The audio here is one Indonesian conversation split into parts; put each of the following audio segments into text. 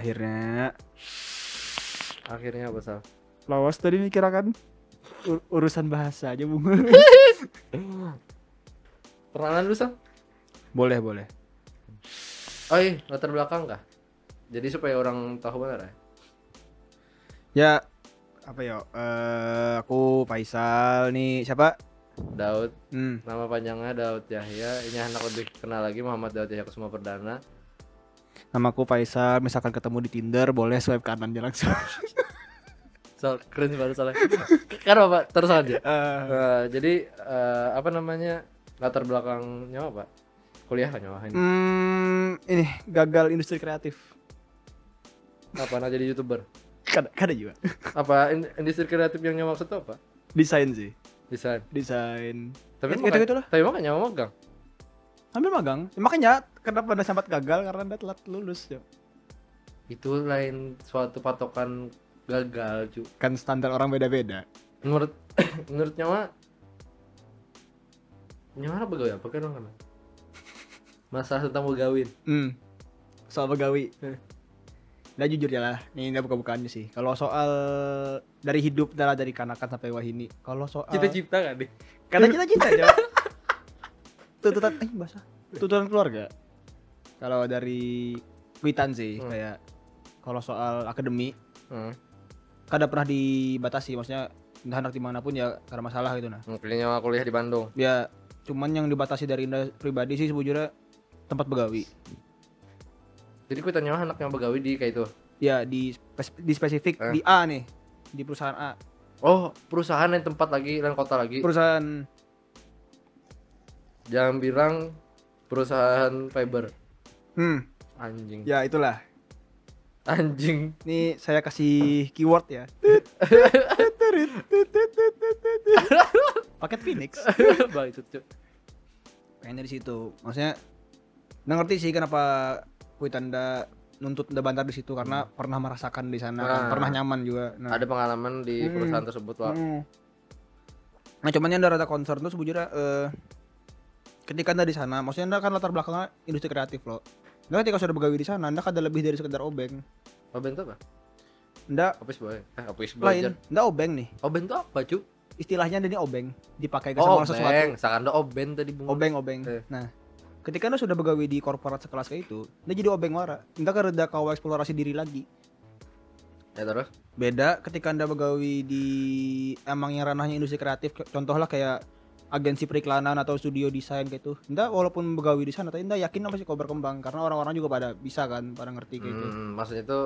Akhirnya apa Sal? lolos tadi mikir kan urusan bahasa aja Bung. Perkenalan dulu Sal. Boleh. Oh iya, latar belakang kah? Jadi supaya orang tahu benar ya. Ya apa ya? Aku Faisal nih. Siapa? Daud, Hmm. nama panjangnya Daud Yahya. Ini anak lebih kenal lagi Muhammad Daud Yahya Kusuma Perdana. Namaku Faisal. Misalkan ketemu di Tinder, boleh swipe kanan aja langsung. Sal, keren banget Sal. Kan apa? Terus aja. Eh, Jadi apa namanya? Latar belakangnya apa? Kuliah kan nyawa ini. Ini gagal industri kreatif. Apa nak jadi YouTuber? Kada juga. Apa industri kreatif yang nyawa maksud itu apa? Desain sih. Desain. Tapi Tapi gitu lah. Tapi mah nyawa magang. Ambil magang. Makanya kenapa anda sempat gagal karena anda telat lulus ya. Itu lain suatu patokan gagal, cu. Kan standar orang beda-beda. Menurut menurut nyawa begawi apa kan orang? Masalah tentang begawin. Soal begawi. Nah jujur ya lah, ini udah buka-bukaannya sih. Kalau soal dari hidup dari kanakan sampai wahini. Kalau soal Cita-cita kan deh. karena cita-cita aja. Tuntutan keluarga. Kalau dari Witan sih kayak kalau soal akademi kada pernah dibatasi, maksudnya entah anak dimanapun ya karena masalah gitu nah. Mungkin nyawa kuliah di Bandung. Ya cuman yang dibatasi dari Indah pribadi sih sebujurnya tempat begawi. Jadi kita nyawa anak yang begawi di kayak itu. Ya di spesifik di A nih, di perusahaan A. Oh, perusahaan yang tempat lagi dan kota lagi. Perusahaan Jangan bilang perusahaan fiber. Anjing. ya itulah. Anjing. Nih saya kasih keyword ya. Paket Phoenix. Bah itu cuy. Pengen dari situ. Maksudnya nggak ngerti sih kenapa Kuitanda nuntut Nda Bantar di situ karena pernah merasakan di sana, kan. Pernah nyaman juga. Nah, Ada pengalaman di perusahaan tersebut lah. Nah cuman yang Nda rada concern tuh sebujurnya ketika Nda di sana, maksudnya Nda kan latar belakangnya industri kreatif loh. Nda ketika sudah begawi di sana, Nda kada lebih dari sekedar obeng. Oben itu apa? Nda Office boy. Office boy. lain, Nda obeng nih. Oben itu apa, cu? Istilahnya Nda ini obeng, dipakai ke sama sesuatu. Sekarang ada oben tadi bunga. Obeng. Nah, ketika Nda sudah begawi di korporat sekelas kayak itu, Nda jadi obeng wara. Nda kereda kau eksplorasi diri lagi. Ya terus? Beda ketika Anda begawi di emang yang ranahnya industri kreatif, contohlah kayak agensi periklanan atau studio desain kayak itu. Anda walaupun begawi di sana, tapi Anda yakin pasti kau berkembang karena orang-orang juga pada bisa kan, pada ngerti kayak itu. Maksudnya itu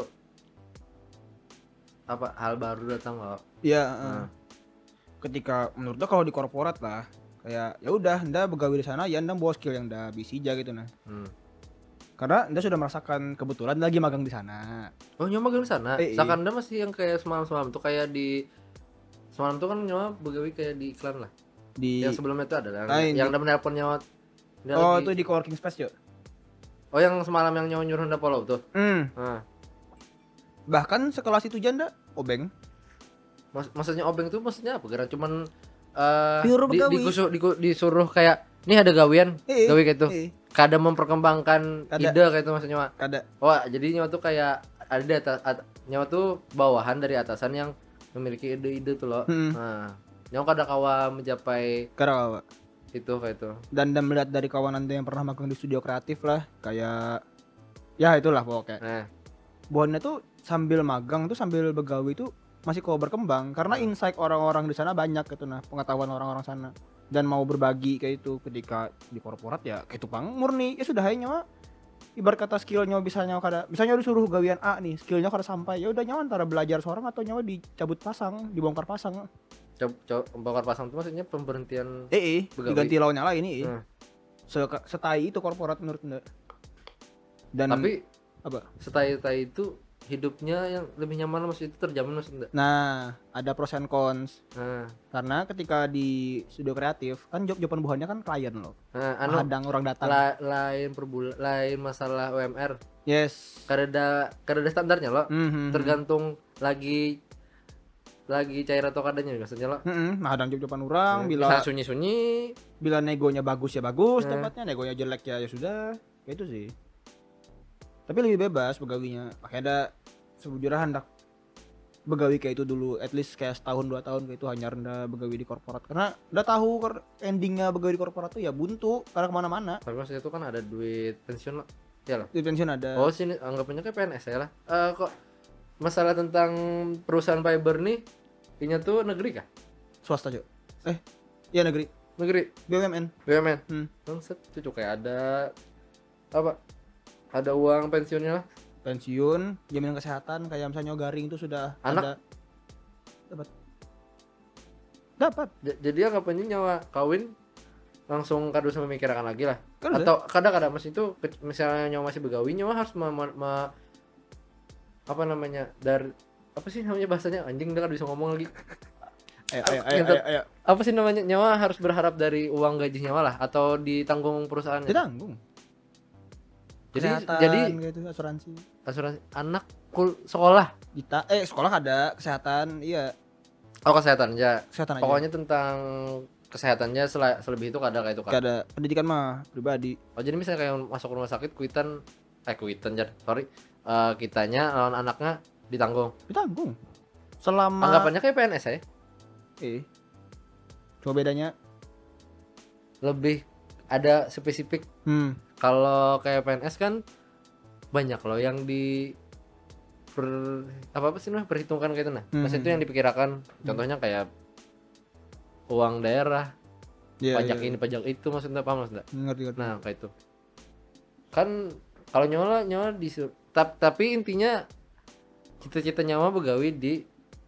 apa hal baru datang loh? Iya. Ketika menurut gua kalau di korporat lah, kayak ya udah Anda begawi di sana, ya Anda bawa skill yang Anda bisa aja gitu nah. Karena Anda sudah merasakan kebetulan lagi magang di sana. Oh nyoba magang di sana. Seakan Anda masih yang kayak semalam tuh kayak di semalam tuh kan nyoba begawi kayak di iklan lah. Yang sebelumnya itu ada yang Anda menelpon nyawa. Oh itu di coworking space yuk. Oh yang semalam yang nyawa nyuruh Anda follow tuh. Bahkan sekelas itu janda obeng. Maksudnya obeng tuh maksudnya apa? Karena cuman disuruh kayak nih ada gawian, gawi kayak itu. Kada memperkembangkan ide kayak itu maksudnya. Kada. Wah, jadi nyawa tuh kayak ada di atas nyawa tuh bawahan dari atasan yang memiliki ide-ide tuh loh. Nah, nyawa kada kawa mencapai kawa itu kayak itu. Dan melihat dari kawan Anda yang pernah magang di studio kreatif lah, kayak ya itulah pokoknya. Buahnya tuh sambil magang tuh sambil begawi tuh masih kok berkembang karena insight orang-orang di sana banyak gitu nah, pengetahuan orang-orang sana dan mau berbagi kayak itu. Ketika di korporat ya kayak itu pang murni ya sudah nyawa ibarat kata skillnya bisa disuruh gawian A nih, skillnya kada sampai ya udah nyawa antara belajar seorang atau nyawa dicabut pasang, dibongkar pasang. Bongkar pasang itu maksudnya pemberhentian diganti lawannya lain ini. Setai itu korporat menurut Anda. Dan tapi apa? Setai itu hidupnya yang lebih nyaman maksudnya itu terjamin maksudnya. Nah, ada pros and cons. Karena ketika di studio kreatif kan jawaban buahnya kan klien loh. Hadang orang datang. Lain per bulan, lain masalah UMR. Yes. Kada standarnya loh. Tergantung lagi cair atau kadanya maksudnya loh. Hadang jawaban orang bila sunyi-sunyi, bila negonya bagus ya bagus, tempatnya negonya jelek ya sudah. Kayak itu sih. Tapi lebih bebas begawinya. Makanya ada sebujurnya hendak begawi kayak itu dulu, at least kayak setahun 2 tahun kayak itu hanya rendah begawi di korporat. Karena udah tahu endingnya begawi di korporat tuh ya buntu karena kemana-mana. Tapi maksudnya itu kan ada duit pensiun lah. Ya lah. Duit pensiun ada. Oh sini anggapnya kayak PNS ya lah. Kok masalah tentang perusahaan fiber nih, ini tuh negeri kah? Swasta aja. Iya negeri. BUMN. Bangsat itu kayak ada apa? Ada uang pensiunnya lah. Pensiun, jaminan kesehatan kayak misalnya Garing itu sudah anak ada. Dapat. Jadi anggapannya nyawa kawin langsung kado sama memikirkan lagi lah. Atau kadang-kadang mas itu misalnya nyawa masih begawi, nyawa harus apa namanya dari apa sih namanya bahasanya anjing udah kan bisa ngomong lagi. Ayo. Apa sih namanya nyawa harus berharap dari uang gaji nyawa lah atau ditanggung perusahaan? Ditanggung. Jadi gitu, asuransi anak sekolah sekolah ada kesehatan iya. Kesehatan aja pokoknya aja. tentang kesehatannya selebih itu ada kayak itu kan ada pendidikan mah pribadi. Jadi misalnya kayak masuk rumah sakit kitanya lawan anaknya ditanggung selama anggapannya kayak PNS ya. Cuma bedanya lebih ada spesifik. Kalau kayak PNS kan banyak loh yang perhitungkan kayak itu Maksudnya itu yang dipikirkan. Contohnya kayak uang daerah, pajak ini, pajak itu, maksudnya paham maksudnya? Ngerti. Nah kayak itu. Kan kalau nyawa disuruh, tapi intinya cita-cita nyawa begawi di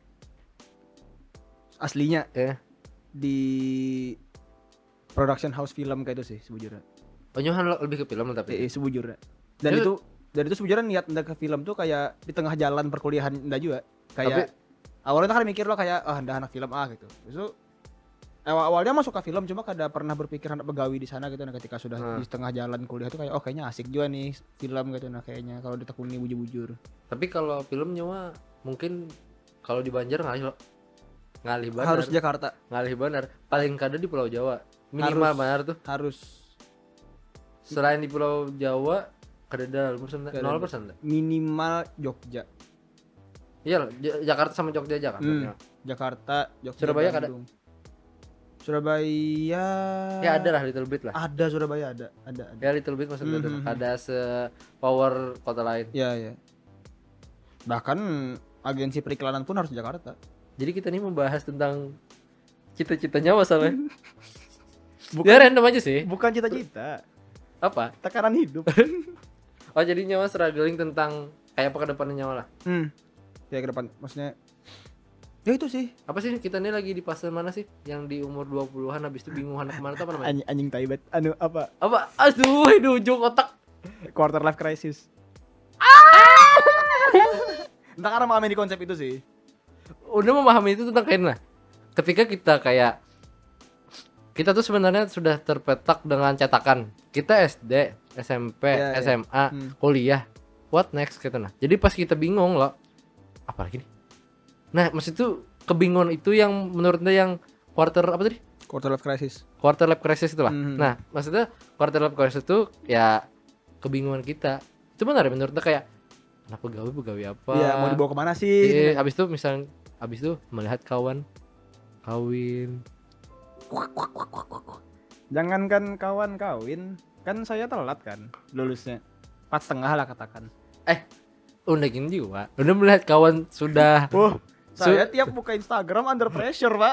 aslinya di production house film kayak itu sih sebujurnya. Nyawa lebih ke film tapi sebujurnya. Dan itu sebujurnya niat ndak ke film tuh kayak di tengah jalan perkuliahan ndak juga. Kayak awalnya kan mikir lo kayak ndak anak film gitu. Terus awalnya masuk ke film cuma kada pernah berpikir anak begawi di sana gitu. Nah ketika sudah di tengah jalan kuliah tuh kayak kayaknya asik juga nih film gitu. Nah kayaknya kalau ditekuni bujur-bujur. Tapi kalau film nyawa mungkin kalau di Banjar ngalih Bandar. Harus Jakarta. Ngalih Bandar. Paling kada di Pulau Jawa. Minimal Bandar tuh. Harus. Selain di Pulau Jawa kada 0% minimal Jogja. Iya, Jakarta sama Jogja aja kan. Jakarta, Jogja, Surabaya Bandung. Surabaya ya ada lah little bit lah. Ada Surabaya ada. Ya little bit maksudnya ada se-power kota lain. Iya. Bahkan agensi periklanan pun harus di Jakarta. Jadi kita nih membahas tentang cita-citanya masalahnya. Ya random aja sih. Bukan cita-cita. Apa? Tekanan hidup. Jadi nyawa struggling tentang kayak apa ke depannya nyawa lah. Ya ke depan maksudnya. Ya itu sih. Apa sih kita nih lagi di fase mana sih? Yang di umur 20-an habis itu bingung anak kemana tuh apa namanya? Anjing taibet. Apa? Aduh, di ujung otak. Quarter life crisis. Entah karena memahami konsep itu sih. Udah memahami itu tentang kayaknya. Ketika kita tuh sebenarnya sudah terpetak dengan cetakan. Kita SD, SMP, SMA, kuliah. What next gitu nah. Jadi pas kita bingung loh. Apalagi nih? Nah, maksud itu kebingungan itu yang menurutnya yang quarter life crisis itu lah. Nah, maksudnya quarter life crisis itu ya kebingungan kita. Itu benar ya menurutnya kayak anak begawi apa? Iya, mau dibawa kemana sih? Habis itu melihat kawan kawin. Jangankan kawan kawin, kan saya telat kan lulusnya. 4,5 lah katakan. Udah gini juga. Udah melihat kawan sudah. Saya tiap buka Instagram under pressure, Pak.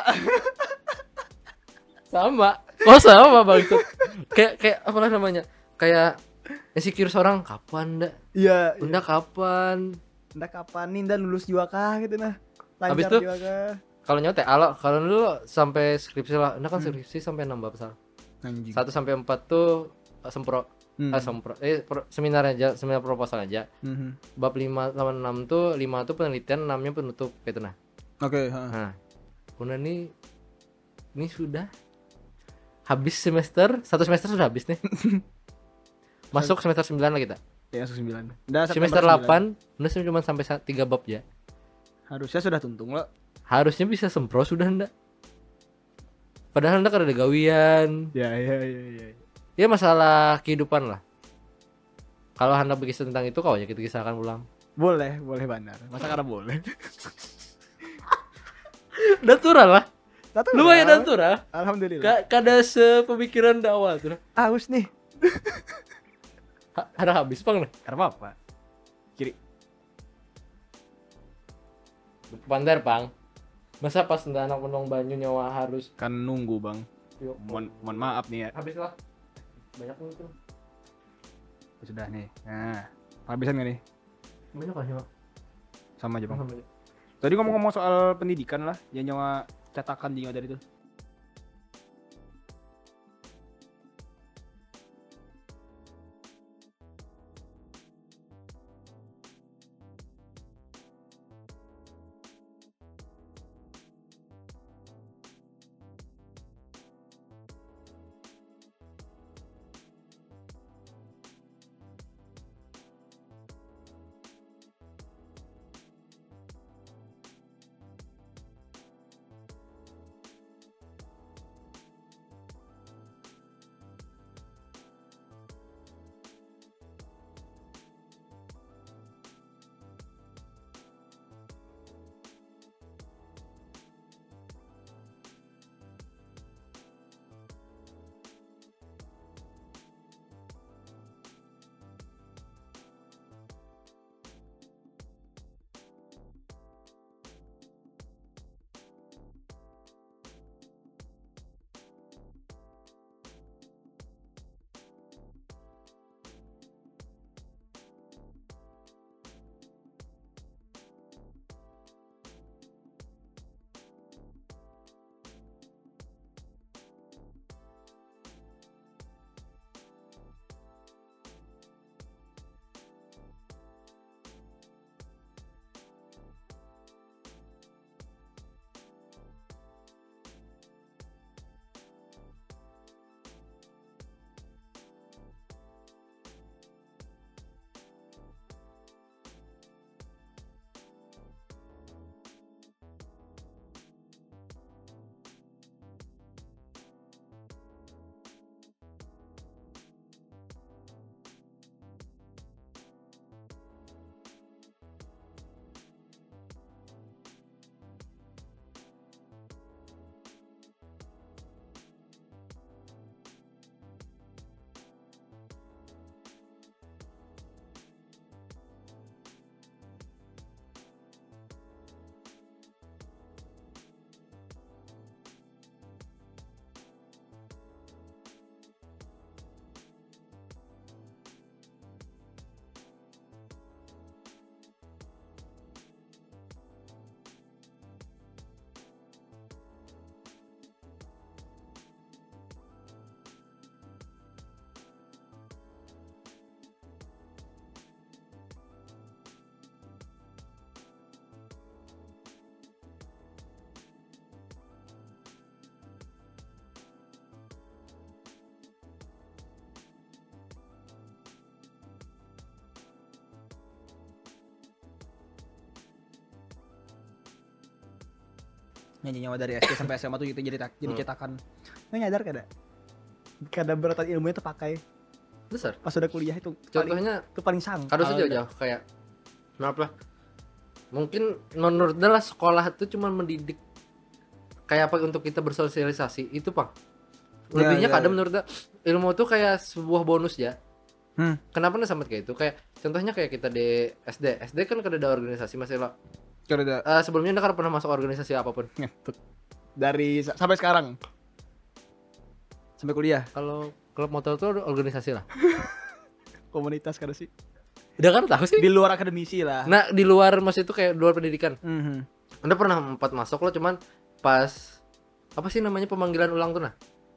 Sama Bang itu. Kayak apa namanya? Kayak insecure seorang kapan ndak? Iya. Ndak kapan? Ndak kapan nih dan lulus juga kah gitu nah. Lancar juga kah? Kalau nyote kalau dulu sampai skripsi lah. Ndak kan skripsi sampai 6 bab salah. 1 sampai 4 tuh sempro. Seminar proposal aja. Bab 5 sama 6 tuh 5 tuh penelitian, 6-nya penutup gitu nah. Oke, Nah, kemudian ini sudah habis semester, 1 semester sudah habis nih. Masuk semester 9 lah kita. Ya, semester 9. Semester 8 udah cuma sampai 3 bab ya. Harusnya sudah tuntung loh. Harusnya bisa sempro sudah ndak. Padahal ndak ada gawian. Ya. Ya masalah kehidupan lah. Kalau hendak berkisah tentang itu kau ya kita kisahkan ulang. Boleh benar. Masa karena boleh. Natural lah. Lumayan Natural. natural. Alhamdulillah. Kada sepemikiran dakwah tuh. Aus nih. Ada habis bang nih. Karena apa? Kiri. Bandar bang. Masa pas anak menong banyu nyawa harus Kan nunggu bang. Yuk. Mohon maaf nih ya. Habis lah. Banyak mungkin. Sudah nih. Nah, habisan nggak nih? Banyak lah ya. Sama aja bang. Tadi ngomong-ngomong soal pendidikan lah, yang nyawa cetakan di dari itu. Nyawa dari SD sampai SMA tuh jadi cetakan. Nggak nyadar kada beratan ilmunya terpakai. Besar. Pas udah kuliah itu. Contohnya itu paling sang. Harus jauh-jauh kayak maaf lah. Mungkin menurut adalah sekolah itu cuma mendidik kayak apa untuk kita bersosialisasi itu Pak. Lebihnya kadang menurut ilmu itu kayak sebuah bonus ya. Kenapa nih sampai kayak itu? Kayak contohnya kayak kita di SD kan kada ada organisasi masih lo. Sebelumnya anda kan pernah masuk organisasi apapun? Dari sampai sekarang, sampai kuliah. Kalau klub motor itu organisasi lah. Komunitas kada sih? Udah kan tahu sih. Di luar akademisi lah. Nah di luar maksud itu kayak luar pendidikan. Anda pernah masuk lo cuman pas apa sih namanya pemanggilan ulang tuh nah?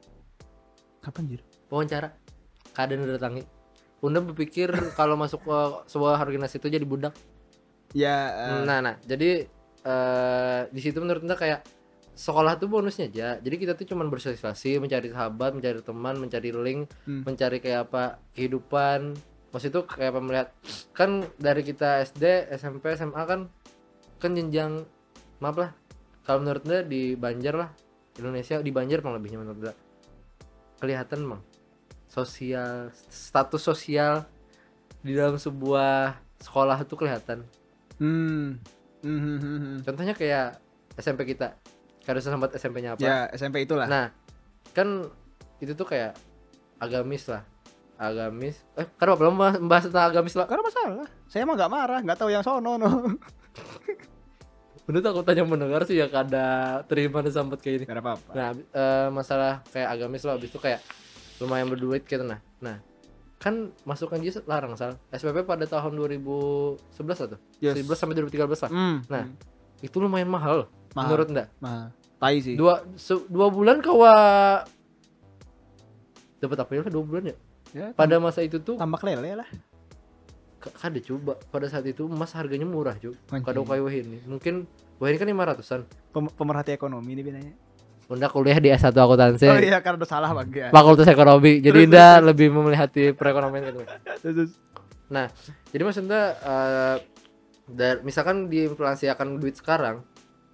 Kapan jir? Wawancara. Kadang datangi. Unda berpikir kalau masuk ke sebuah organisasi itu jadi budak. Ya. Nah, jadi di situ menurut Anda kayak sekolah tuh bonusnya aja. Jadi kita tuh cuman bersosialisasi, mencari sahabat, mencari teman, mencari link, mencari kayak apa kehidupan. Maksud itu kayak apa melihat kan dari kita SD, SMP, SMA kan jenjang maaf lah. Kalau menurut Anda di Banjar lah, Indonesia di Banjar paling lebihnya menurut Anda kelihatan Mang. Status sosial di dalam sebuah sekolah tuh kelihatan. Contohnya kayak SMP kita. Harus sambat SMP-nya apa? Ya, SMP itulah. Nah, kan itu tuh kayak agamis lah. Kenapa belum membahas tentang agamis lah? Karena masalah. Saya mah nggak marah, nggak tahu yang sono no. Bener aku tanya mendengar sih ya kada terima sambat kayak ini. Gak ada apa-apa. Nah, masalah kayak agamis lah, habis itu kayak lumayan berduit gitu nah. Nah, kan masukkan dia larang Sal. SPP pada tahun 2011 lah tuh. Yes. 11 sampai 2013 lah. Nah, itu lumayan mahal. Menurut enggak? Mahal. Tai sih. 2 bulan kawa dapat apa ya 2 bulan ya? Pada masa itu tuh tambak lele lah. Kada coba pada saat itu emas harganya murah cuy. Kada kayak ini. Mungkin ini kan 500-an. Pemerhati ekonomi nih binanya. Unda kuliah di S1 akuntansi. Oh iya karena udah salah Bang ya. Fakultas Ekonomi. Jadi Unda lebih memelihati perekonomian gitu. Nah, jadi maksudnya misalkan diinflasiakan duit sekarang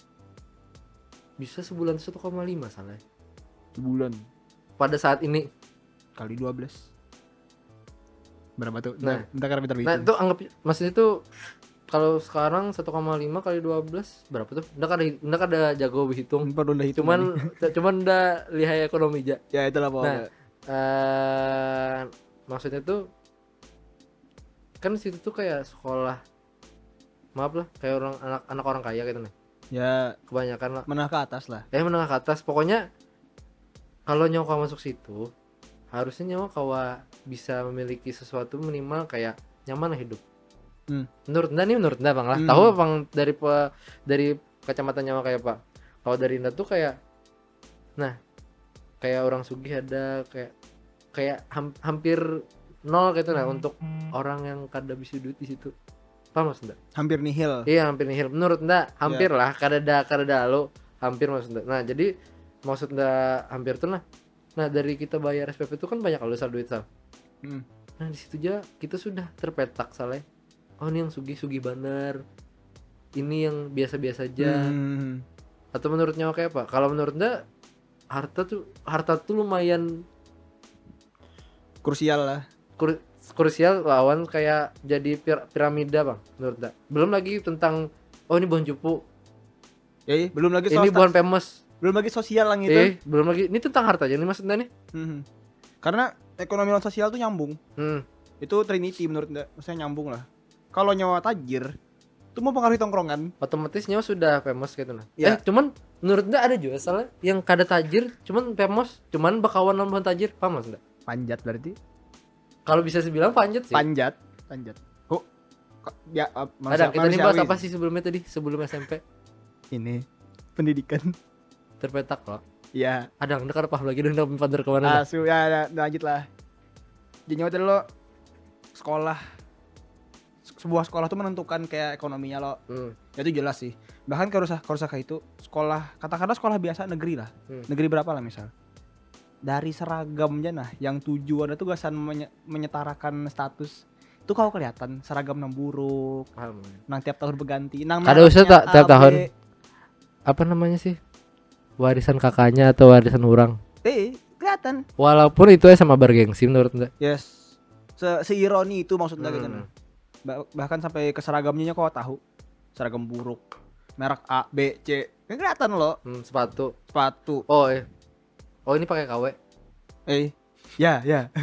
bisa sebulan 1,5 salah. Sebulan. Pada saat ini kali 12. Berapa tuh? Nah, bentar. Nah, itu anggap maksudnya itu kalau sekarang 1,5 kali 12 berapa tuh? Ndak ada jago berhitung. Cuman udah lihai ekonomi aja. Ya itulah pokoknya. Nah, maksudnya tuh kan situ tuh kayak sekolah. Maaf lah, kayak anak orang kaya gitu nih. Ya, kebanyakan lah. Menengah ke atas lah. Menengah ke atas. Pokoknya kalau nyawa masuk situ, harusnya nyawa kawa bisa memiliki sesuatu minimal kayak nyaman lah hidup. Menurut Anda Bang lah. Tahu Bang dari kacamata nyawa kayak Pak. Kalau dari Anda tuh kayak kayak orang sugih ada kayak hampir nol gitu lah untuk orang yang kada bisa duit di situ. Paham maksud Anda? Hampir nihil. Iya, hampir nihil. Menurut Anda hampir lah, kada lo hampir maksud Anda. Nah, jadi maksud Anda hampir tuh lah. Nah, dari kita bayar SPP itu kan banyak kalau besar duit Sal. Nah, di situ aja kita sudah terpetak Saleh. Oh, ini yang sugih bener. Ini yang biasa-biasa aja. Atau menurut nyawa kayak apa? Kalau menurut Anda harta tuh lumayan krusial lah. Krusial lawan kayak jadi piramida Bang menurut Anda. Belum lagi tentang ini bahan cupu. Belum lagi ini bahan famous. Belum lagi sosial lang itu. Belum lagi. Ini tentang harta aja nih maksudnya nih. Karena ekonomi non sosial tuh nyambung. Itu Trinity menurut Anda. Maksudnya nyambung lah. Kalau nyawa tajir itu mau pengaruhi tongkrongan. Otomatis nyawa sudah famous gitu nah. Cuman menurut Anda ada juga salah yang kada tajir cuman famous, cuman bakawan non tajir, paham Mas Anda? Panjat berarti. Kalau bisa dibilang panjat sih. Panjat. Ya, ada kita nih bahas apa sih sebelumnya tadi sebelum SMP? Ini pendidikan terpetak loh. Iya. Ada nggak paham lagi udah pindah kemana? Lanjut lah. Jadi tadi lo sebuah sekolah tuh menentukan kayak ekonominya lo. Ya itu jelas sih. Bahkan kalau usah kayak itu sekolah katakanlah sekolah biasa negeri lah. Negeri berapa lah misal. Dari seragamnya nah yang tujuan itu gasan menyetarakan status. Itu kalau kelihatan seragam nang buruk. Paham. Nang tiap tahun berganti. Ada usah tiap tahun. Apa namanya sih? Warisan kakaknya atau warisan orang? Kelihatan. Walaupun itu sama bergengsi menurut Anda. Yes. Seironi itu maksudnya gitu. Bahkan sampai ke seragamnya kok tahu. Seragam buruk. Merek A, B, C. Kan kelihatan loh. Sepatu. Oh, ini pakai KW. Ya.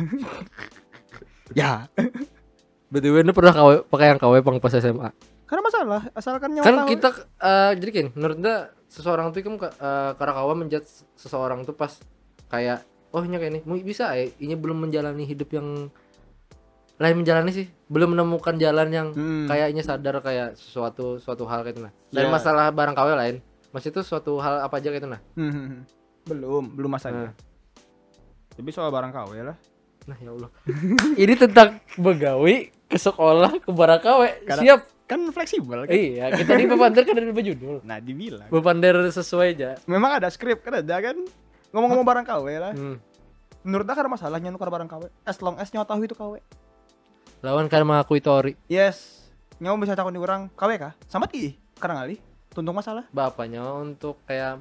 Ya. BTW ini pernah pakai yang KW Bang pas SMA. Karena masalah, asalkan nyawa kan tahu. Kita jadi gini, menurut Anda seseorang tuh kan karakawa menjudge seseorang tuh pas kayak ini kayak ini bisa ini belum menjalani hidup yang lain menjalani sih, belum menemukan jalan yang kayaknya sadar kayak suatu hal gitu nah. Dan masalah barang KW lain, masih itu suatu hal apa aja gitu nah. Belum masanya. Tapi soal barang KW lah. Nah ya Allah. Ini tentang begawi ke sekolah ke barang KW. Siap. Kan fleksibel kan? Iya, kita di Bepander kan ada judul. Nah, dibilang. Bepander sesuai aja. Memang ada skrip kan ada kan? Ngomong-ngomong barang KW lah. Menurut aku ada masalahnya nukar barang KW. As long as nyawa tahu itu KW. Lawan kan mengakui teori. Yes. Nyawa bisa takut di orang KW kah? Sama ki. Karena kali. Tuntung masalah. Bapaknya untuk kayak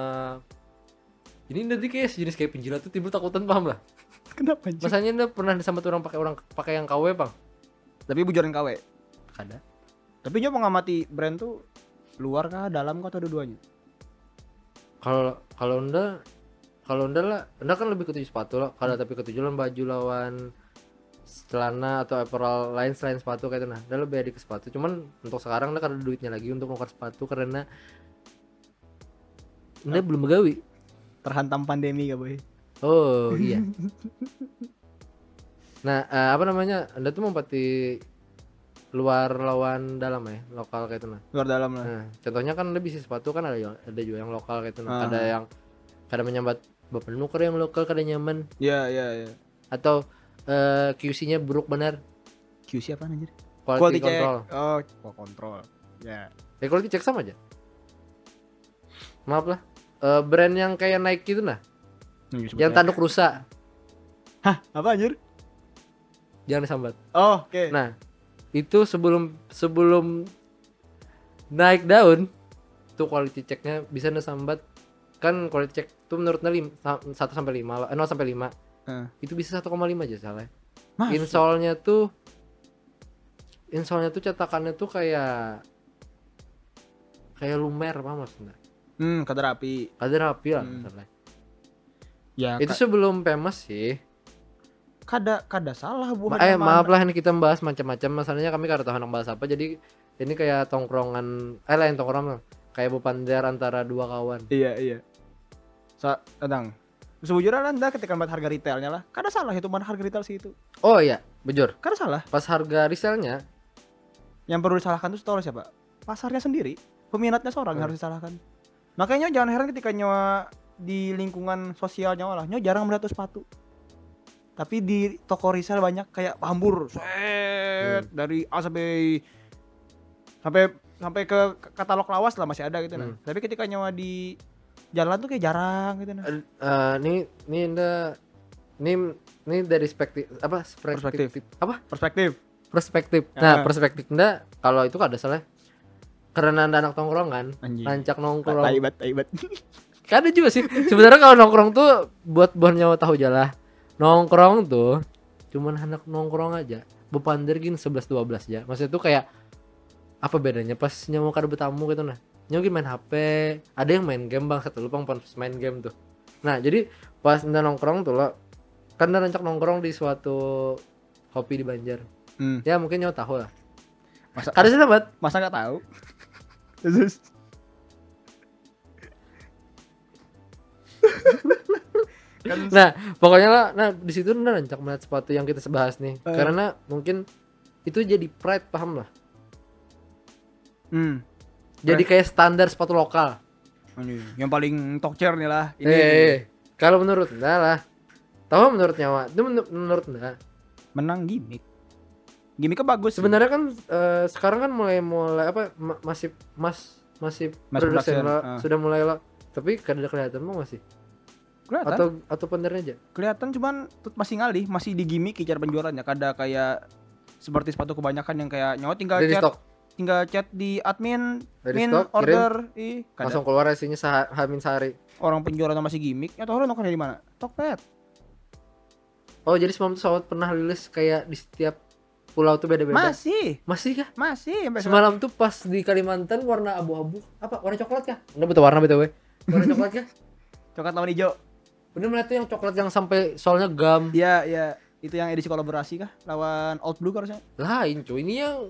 ini nanti kayak sejenis kayak penjilat tuh timbul takutan paham lah. Kenapa? Masanya Anda pernah disambat orang pakai yang KW Bang? Tapi bujuran KW. Ada. Tapi nyoba mengamati brand tuh luar kah, dalam kah, atau dua-duanya? Kalau Unda lah, Unda kan lebih ketujuh sepatu lah. Kalau tapi ketujuh lawan baju lawan celana atau apparel lain selain sepatu kayak itu nah. Unda lebih adik ke sepatu. Cuman untuk sekarang Unda ada duitnya lagi untuk nukar sepatu karena Unda belum begawi. Terhantam pandemi gak boy? Oh iya. Nah apa namanya? Anda tuh mempati luar lawan dalam ya, lokal kayak itu nah. Luar dalam lah. Nah, contohnya kan lebih sih sepatu kan ada juga yang lokal kayak itu nah. Ada yang kadang menyambat bapak nuker yang lokal kadang nyaman. Iya. Atau QC-nya buruk benar. QC apa anjir? Quality control. Oh, control. Ya. Quality check sama aja. Maaf lah. Brand yang kayak Nike itu nah. Yang tanduk rusak. Hah, apa anjir? Jangan disambat. Oh, oke. Okay. Nah, itu sebelum naik daun tuh quality checknya bisa disambat. Kan quality check tuh menurutnya 1 sampai 5, 0 sampai 5. Itu bisa 1,5 aja salah. Insolnya tuh cetakannya tuh kayak lumer apa maksudnya? Kadar api lah masalah. Ya, itu sebelum famous sih. Kada salah bukan. Maaf lah ini kita membahas macam-macam. Masalahnya kami kada tahu bahas apa. Jadi ini kayak tongkrongan lain tongkrongan kayak bepander antara dua kawan. Iya. Tentang sejujurnya Anda ketika melihat harga retailnya lah, kada salah itu mana harga retail sih itu. Oh iya, bujur. Kada salah. Pas harga resellnya yang perlu disalahkan tuh store siapa? Pasarnya sendiri. Peminatnya seorang yang harus disalahkan. Makanya jangan heran ketika nyawa di lingkungan sosial nyawa lah, nyawa jarang melihat sepatu. Tapi di toko resell banyak kayak hambur, dari A sampai ke katalog lawas lah masih ada gitu nah. Tapi ketika nyawa di jalan tuh kayak jarang gitu nah. Ini dari perspektif. Nah, perspektif Anda kalau itu ada salah. Karena Anda anak tongkrongan, rancak nongkrong. Taibat. Ada juga sih. Sebenarnya kalau nongkrong tuh buat nyawa tahu jalah. Nongkrong tuh cuman anak nongkrong aja. Bepander gini 11-12 aja. Maksudnya tuh kayak apa bedanya pas nyawa kada bertamu gitu nah. Nyawa main HP, ada yang main game bang, satu lupa main game tuh. Nah, jadi pas Anda nongkrong tuh lo kan Anda rancak nongkrong di suatu kopi di Banjar. Ya mungkin nyawa tahu lah. Kada sih dapat. Masa enggak tahu? Terus nah pokoknya lah, di situ Anda rancak melihat sepatu yang kita bahas nih, karena mungkin itu jadi pride, paham lah. Jadi kayak standar sepatu lokal. Yang paling tokcer nih lah. Ini. Kalau menurut Anda lah, tahu menurut nyawa, itu menurut Anda menang gimmicknya bagus. Sebenarnya kan sekarang kan mulai apa masih produsen lah, sudah mulai lah. Tapi kada kelihatan mau masih. Kelihatan. Atau pendernya aja. Kelihatan cuman masih ngalih, masih di gimmick cara penjualannya. Kada kayak seperti sepatu kebanyakan yang kayak nyawa tinggal chat di admin, order, langsung keluar isinya hamin sehari. Orang penjualannya masih gimmick. Atau orang nukarnya di mana? Tokped. Oh, jadi semalam tuh Sawat pernah rilis kayak di setiap pulau tuh beda-beda. Masih kah? Masih. Semalam tuh pas di Kalimantan warna abu-abu. Apa? Warna coklat kah? Udah betul warna BTW. Warna coklat kah? Coklat lawan hijau. Bener melihat tuh yang coklat yang sampai soalnya gam. Iya. Itu yang edisi kolaborasi kah? Lawan Old Blue harusnya. Lain cuy, ini yang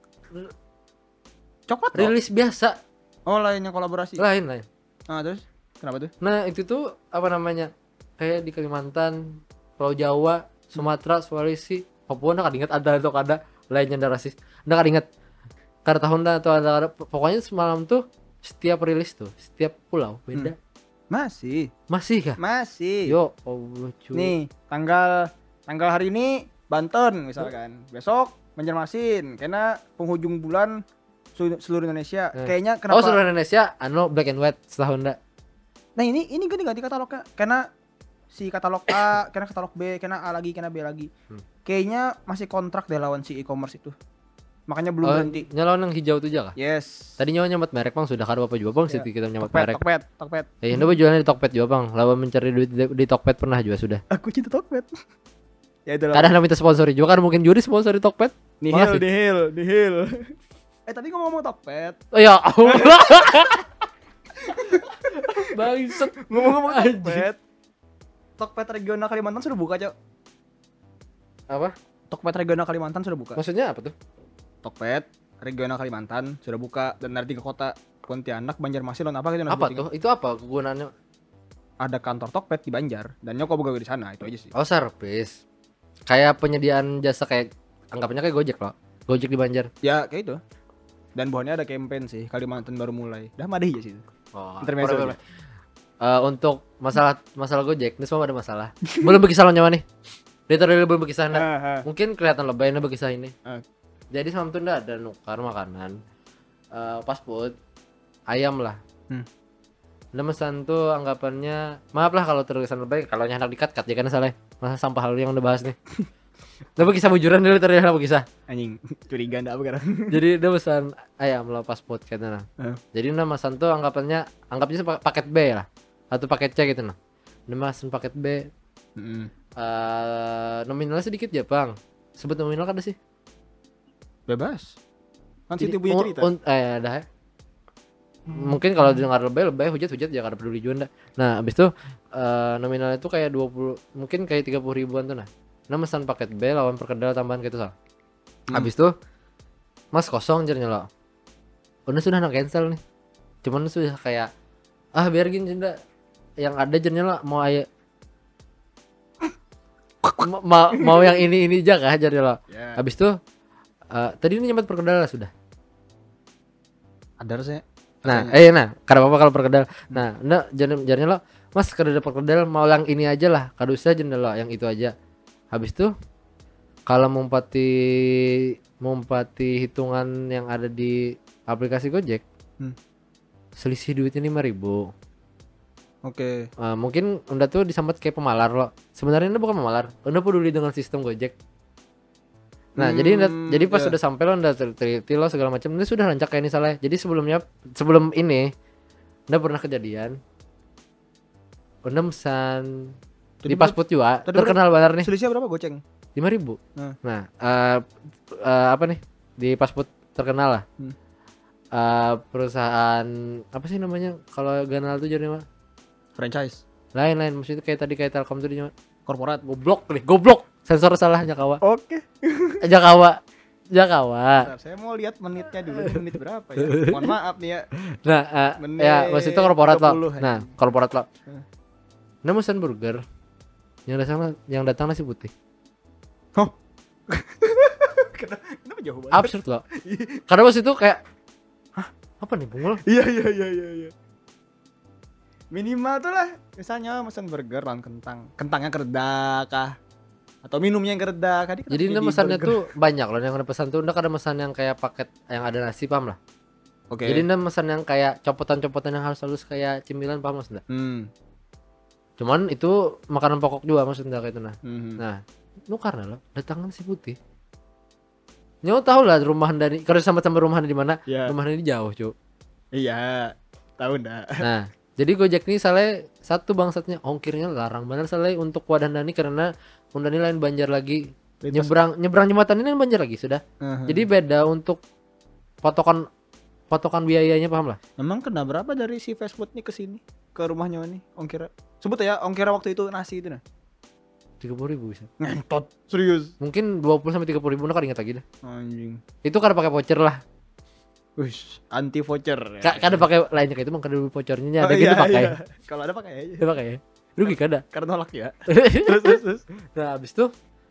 coklat rilis biasa. Oh, lainnya kolaborasi. Lain. Terus? Kenapa tuh? Nah, itu tuh apa namanya? Kayak di Kalimantan, Pulau Jawa, Sumatera, Sulawesi, Papua nggak ingat ada atau kada lainnya ada rasis. Nggak ingat. Karena tahun atau ada pokoknya semalam tuh setiap rilis tuh, setiap pulau beda. Masih kah? Masih. Yo, Allah cuy. Nih, tanggal hari ini Banten misalkan. Besok Banjarmasin. Karena penghujung bulan seluruh Indonesia. Kayaknya kenapa? Seluruh Indonesia black and white setahun dah. Nah, ini ganti katalognya. Karena si katalog A, karena katalog B, karena A lagi, karena B lagi. Kayaknya masih kontrak deh lawan si e-commerce itu. Makanya belum berhenti. Nyalawan yang hijau tuh aja kah? Yes. Tadi nyawa nyambat merek bang, sudah kada apa juga bang sih kita nyambat merek. Tokped. Ini jualannya di Tokped juga bang. Lawan mencari duit di Tokped pernah juga sudah. Aku cinta Tokped. Ya itulah. Kadang minta sponsori juga kan mungkin juri sponsori Tokped. Nihil. Tadi ngomong Tokped. Oh ya Allah. Bangsat. Ngomong Tokped. Tokped regional Kalimantan sudah buka, Cok. Apa? Tokped regional Kalimantan sudah buka. Maksudnya apa tuh? Tokped regional Kalimantan sudah buka dan dari 3 kota Pontianak, Banjarmasin, apa gitu. Apa tuh? Itu apa kegunaannya? Ada kantor Tokped di Banjar dan nyokap begawe di sana, itu aja sih. Oh, service. Kayak penyediaan jasa kayak anggapannya kayak Gojek loh. Gojek di Banjar. Ya, kayak itu. Dan bawahnya ada campaign sih, Kalimantan baru mulai. Dah madeh aja sih. Oh, intermezzo. Untuk masalah Gojek, ini semua ada masalah. Belum berkisah lo nyawa nih. Literally belum berkisah nah. Mungkin kelihatan lebay nih berkisah ini. Jadi semalam tuh ada nukar makanan. Pas food ayam lah. Udah pesan tuh anggapannya, maaf lah kalau terkesan lebay, kalau hendak dikat-kat ya kan salah. Masa sampah hal yang udah bahas nih. Udah kisah bujuran dulu ternyata kisah. Anjing, curiga ndak apa kan. Jadi udah pesan ayam lah pas food kayaknya. Jadi udah pesan tuh anggapnya paket B lah atau paket C gitu nah. Udah pesan paket B. Nominalnya sedikit ya, Bang. Sebut nominal kan ada sih. Bebas. Kan situ punya cerita. Dah. Mungkin kalau dengar lebay hujat ya kada peduli juga. Nah, habis itu nominalnya itu kayak 20, mungkin kayak 30 ribuan tuh nah. Nah, pesan paket B lawan perkedel tambahan gitu sal. Habis itu Mas kosong jarnya lo. Udah sudah nak cancel nih. Cuman sudah kayak biar gini jenda. Yang ada jarnya lo mau mau yang ini aja kah jarnya lo. Yeah. Habis itu tadi ini nyampe perkedel lah sudah. Ada sih. Nah, kada apa-apa kalau perkedel. Nah, jarnya lo, Mas kada ada perkedel mau yang ini aja lah. Kada usah jenda lo yang itu aja. Habis itu kalau mumpati hitungan yang ada di aplikasi Gojek, selisih duitnya 5.000. Oke. Mungkin unda tuh disambat kayak pemalar lo. Sebenarnya unda bukan pemalar, unda peduli dengan sistem Gojek. Nah, jadi pas sudah sampai lo unda teliti lo segala macam, ini sudah rancak kayak ini salah. Jadi sebelum ini unda pernah kejadian. Unda pesan di pasport juga terkenal benar nih. Selisih berapa goceng? 5.000. Nah, apa nih? Di pasport terkenal lah. Perusahaan apa sih namanya? Kalau ganal tuh jadi apa? Franchise. Lain, maksudnya kayak tadi kayak Telkom tuh dia korporat. Goblok. Sensor salah Jakawa. Oke. Jakawa. Bentar, saya mau lihat menitnya dulu, menit berapa ya? Mohon maaf nih ya. Nah, ya maksudnya korporat lo. Nah, korporat lo. Nah, pesan burger. Yang datang nasi putih. Kenapa jauh banget? Absurd loh. Karena pas itu kayak apa nih bungul? Iya. Minimal tuh lah, misalnya pesan burger lawan kentangnya kereda kah? Atau minumnya yang kereda kah? Jadi ini pesannya tuh banyak loh yang ada pesan tuh. Udah ada pesan yang kayak paket yang ada nasi, paham lah. Oke. Jadi ini pesan yang kayak copotan-copotan yang halus kayak cemilan, paham maksudnya? Cuman itu makanan pokok juga maksudnya kayak itu nah. Nah, lu karena lo datangan si putih. Nyawa tahu lah rumahan dari kalau sama-sama rumahan di mana? Yeah. Rumahan ini jauh, Cuk. Iya, tahu dah. Nah, jadi Gojek ini salah satu bangsatnya ongkirnya larang benar salah untuk Wadandani karena Undani lain Banjar lagi. Nyebrang jembatan ini Banjar lagi sudah. Jadi beda untuk potokan biayanya, paham lah. Memang kena berapa dari si fast food nih ke sini ke rumahnya nih ongkir? Sebut ya ongkir waktu itu nasi itu nah. 30.000 bisa. Ngentot, serius. Mungkin 20-30.000 nak ingat lagi dah. Anjing. Itu kada pakai voucher lah. Wih, anti voucher. Kada pakai lainnya kayak itu mah kada vouchernya ada gitu pakai. Iya. Kalau ada pakai aja. Ada pakai. Rugi kada. Karena nolak ya. Terus. Nah, habis itu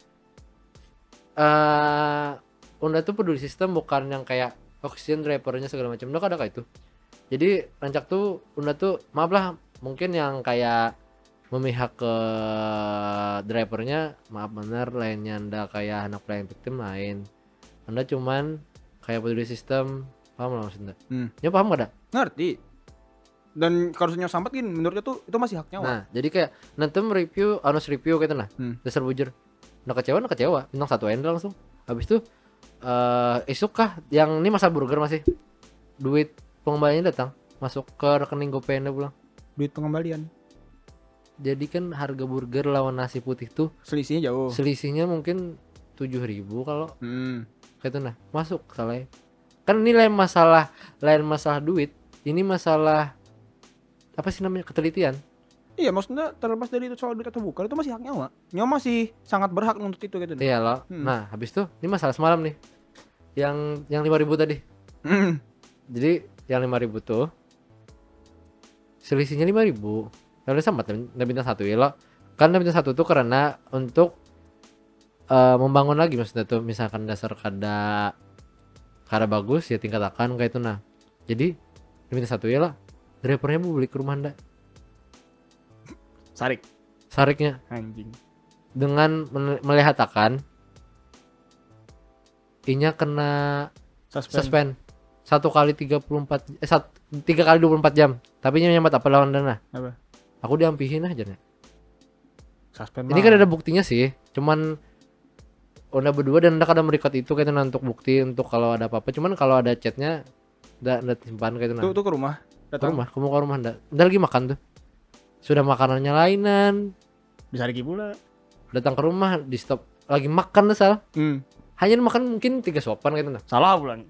Unda tuh peduli sistem bukan yang kayak oksigen drivernya segala macam. Unda kada kayak itu. Jadi rancak tuh Unda tuh maaf lah mungkin yang kayak memihak ke drivernya, maaf bener lainnya Anda kayak anak pelayan victim lain. Anda cuman kayak peduli sistem, paham lah maksudnya? Ya paham gak ada? Ngerti. Dan kalau senyum sampat gini menurutnya tuh itu masih haknya. Nah, jadi kayak nanti review gitu nah. Dasar bujur. Nah kecewa, bintang 1 end langsung. Habis itu isuk kah yang ini masa burger masih duit pengembaliannya datang masuk ke rekening GoPay Anda pulang. Duit pengembalian. Jadi kan harga burger lawan nasi putih tuh selisihnya jauh. Selisihnya mungkin 7.000 kalau kayak itu nah masuk salah. Kan ini lain masalah duit, ini masalah apa sih namanya, ketelitian. Iya, maksudnya terlepas dari itu soal duit atau bukan, itu masih hak nyawa. Nyawa masih sangat berhak untuk itu gitu. Iya loh. Nah, habis itu ini masalah semalam nih. Yang 5.000 tadi. Jadi yang 5.000 tuh selisihnya 5.000. Kalau sama dan bintang 1 ya lo. Kan bintang 1 tuh karena untuk membangun lagi maksudnya tuh, misalkan dasar kada bagus ya tingkatkan kayak itu nah. Jadi bintang 1 ya lo. Drivernya mau beli ke rumah Anda. Sariknya anjing. Dengan melihatakan inya kena suspend 1 kali 3 kali 24 jam. Tapi nya nyambat apa lawan dana? Apa? Aku diampihin aja nih. Suspend. Ini kan ada buktinya sih. Cuman udah berdua dan udah kada merecord itu kayak untuk bukti untuk kalau ada apa-apa. Cuman kalau ada chatnya udah simpan kayak itu nah. Tuh ke rumah. Datang. Ke rumah Anda. Udah lagi makan tuh. Sudah makanannya lainan. Bisa lagi pula. Datang ke rumah di stop lagi makan tuh salah. Hanya makan mungkin 3 suapan gitu nah. Salah bulan.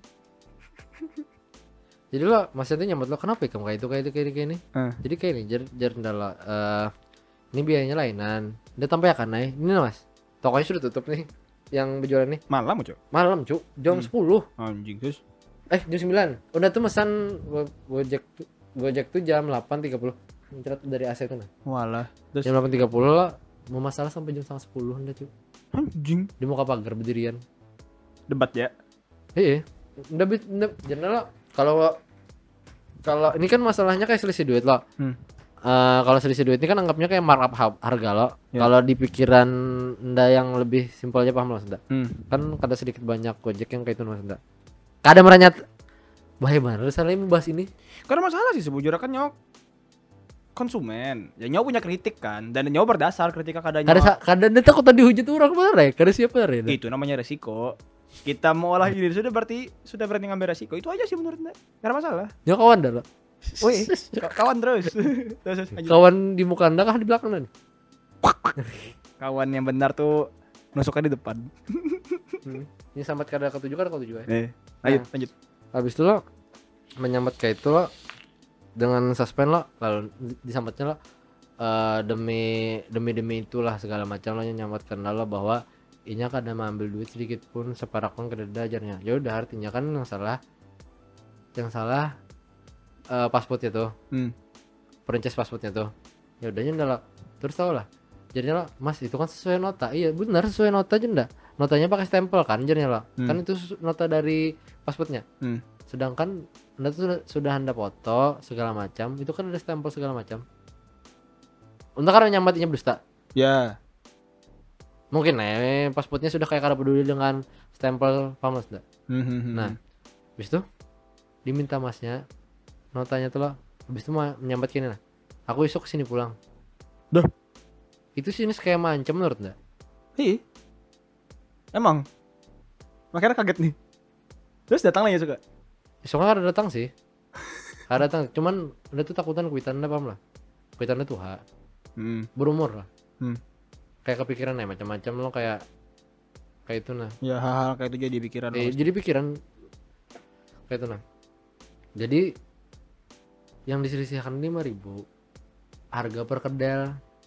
Jadi lo maksudnya nyambut lo kenapa ya kamu kayak ini. Jadi kayak ini jar ndala ini biayanya lainan. Udah tambah ya kan ini Mas. Tokonya sudah tutup nih yang berjualan nih. Malam, Cuk. Jam 10. Anjing, terus. Jam 9. Udah tuh mesan Gojek tuh jam 8.30. Mencerat dari AC tuh nah. Walah. Terus jam 8.30 lah mau masalah sampai jam 9:30 udah Cuk. Anjing. Di muka pagar berdirian. Debat ya. Iya. Udah jadinya kalau ini kan masalahnya kayak selisih duit lo. Kalau selisih duit ini kan anggapnya kayak markup harga lo. Kalau di pikiran Anda yang lebih simpel aja paham lo Anda. Kan kada sedikit banyak Gojek yang kayak itu Mas Anda. Kada meranyat. Bahaya banget salah membahas ini. Karena masalah sih sebujurnya kan nyok konsumen. Ya nyawa punya kritik kan, dan nyawa berdasar kritika kadanya. Kada Anda takut tadi hujat orang bener ya? Kada siapa ya? Itu namanya resiko. Kita mau olah diri sudah berarti ngambil resiko. Itu aja sih menurut Anda. Karena masalah. Ya kawan dah lo. Woi, kawan terus. Kawan di muka Anda kah di belakang nih? Kawan yang benar tuh nusuknya di depan. Ini sambat kada ketujuh ya. Lanjut. Habis itu lo menyambat kayak itu lo dengan suspend lo, lalu disambatnya lo demi itulah segala macam lo nyambatkan lo bahwa inya kada mengambil duit sedikit pun separak pun kada ajarnya. Ya udah artinya kan yang salah paspornya tuh. Franchise paspornya tuh. Ya udahnya ndak terus tau lah. Jadinya lo, Mas itu kan sesuai nota. Iya benar sesuai nota aja ndak. Notanya pakai stempel kan jadinya lo. Kan itu nota dari paspornya. Sedangkan Anda tuh sudah Anda foto segala macam, itu kan ada stempel segala macam. Untuk karena nyambatinya berdusta. Ya. Mungkin paspornya sudah kayak kada peduli dengan stempel pamos enggak. Nah, habis itu diminta Masnya notanya tuh lo. Habis itu mau menyambat gini nah. Aku besok kesini pulang. Dah. Itu sih ini kayak macam menurut enggak? Iya. Emang. Makanya kaget nih. Terus datang lagi suka. Besoknya kada datang sih. Kada datang, cuman udah tuh takutan kuitannya paham lah. Kuitannya tuh berumur lah. Kayak kepikiran macam-macam lo kayak itu nah. Ya hal-hal kayak itu jadi pikiran. Jadi pikiran kayak itu nah. Jadi yang diselisihkan 5.000 harga per kedel.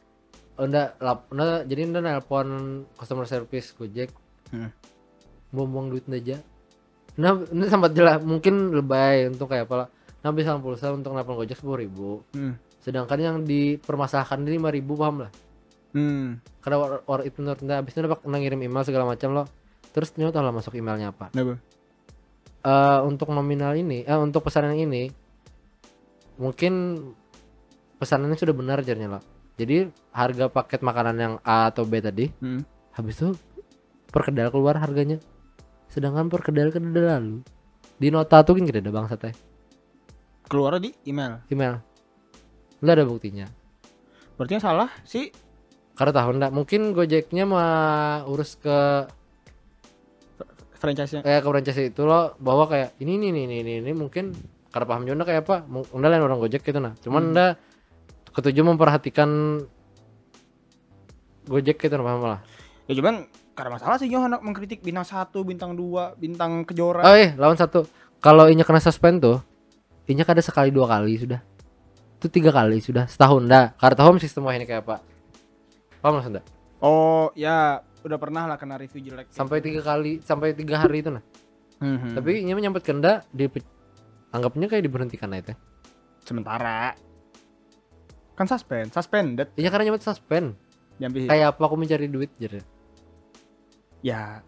Jadi Anda nelpon customer service Gojek. Buang-buang duit aja. Nah, ini sempat jelas mungkin lebay untuk kayak apa lah. Nah, bisa pulsa untuk nelpon Gojek 10.000. Sedangkan yang dipermasalahkan 5.000 paham lah. Karena war itu menurut Anda habis itu dapat ngirim email segala macam lo. Terus ternyata lah masuk emailnya apa? Untuk nominal ini, untuk pesanan ini mungkin pesanannya sudah benar jadinya lo. Jadi harga paket makanan yang A atau B tadi, habis itu per kedel keluar harganya. Sedangkan per kedel lalu di nota tuh kan ada bangsa teh. Keluar di email. Udah ada buktinya. Berarti yang salah sih. Karena tahu enggak mungkin Gojeknya mau urus ke franchise-nya. Kayak ke franchise itu lo bahwa kayak ini mungkin karena paham juga kayak apa. Udah lain orang Gojek gitu nah. Cuman udah ketujuh memperhatikan Gojek gitu paham lah. Ya cuman Karena masalah sih anak mengkritik bintang 1, bintang 2, bintang kejora. Oh lawan 1. Kalau Inya kena suspend tuh, Inya kada sekali 2 kali sudah. Itu 3 kali sudah setahun dah. Karena tahu sistem ini kayak apa. Paham maksudnya? Oh ya udah pernah lah kena review jelek. Sampai 3 kali, sampai 3 hari itu nah. Tapi Inya menyambut kenda anggapnya kayak diberhentikan aja. Sementara kan suspended. Iya karena nyebut suspend. Jambi. Kayak apa aku mencari duit jadi. Ya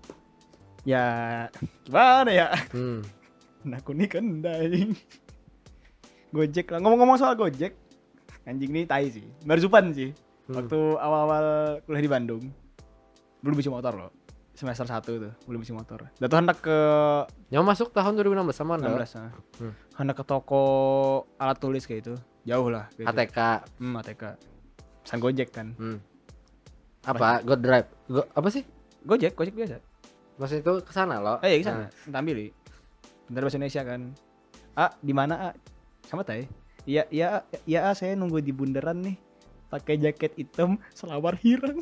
gimana ya? Nah aku nih kan Gojek lah. Ngomong-ngomong soal Gojek, anjing nih tai sih. Marzupan sih. Waktu awal-awal kuliah di Bandung, belum bisa motor loh. Semester 1 tuh belum bisa motor. Dan tuh hendak ke masuk tahun 2016 sama Anda. 16. Hendak ke toko alat tulis kayak itu. Jauh lah gitu. ATK. ATK. Pesan Gojek kan. Apa? God Drive. Apa sih? Gojek biasa. Maksud itu ke sana loh. Iya, ke sana. Kita ambil. Bentar bahasa Indonesia kan. Di mana, sama tay? Iya, saya nunggu di bundaran nih. Pakai jaket hitam, selawar hirang.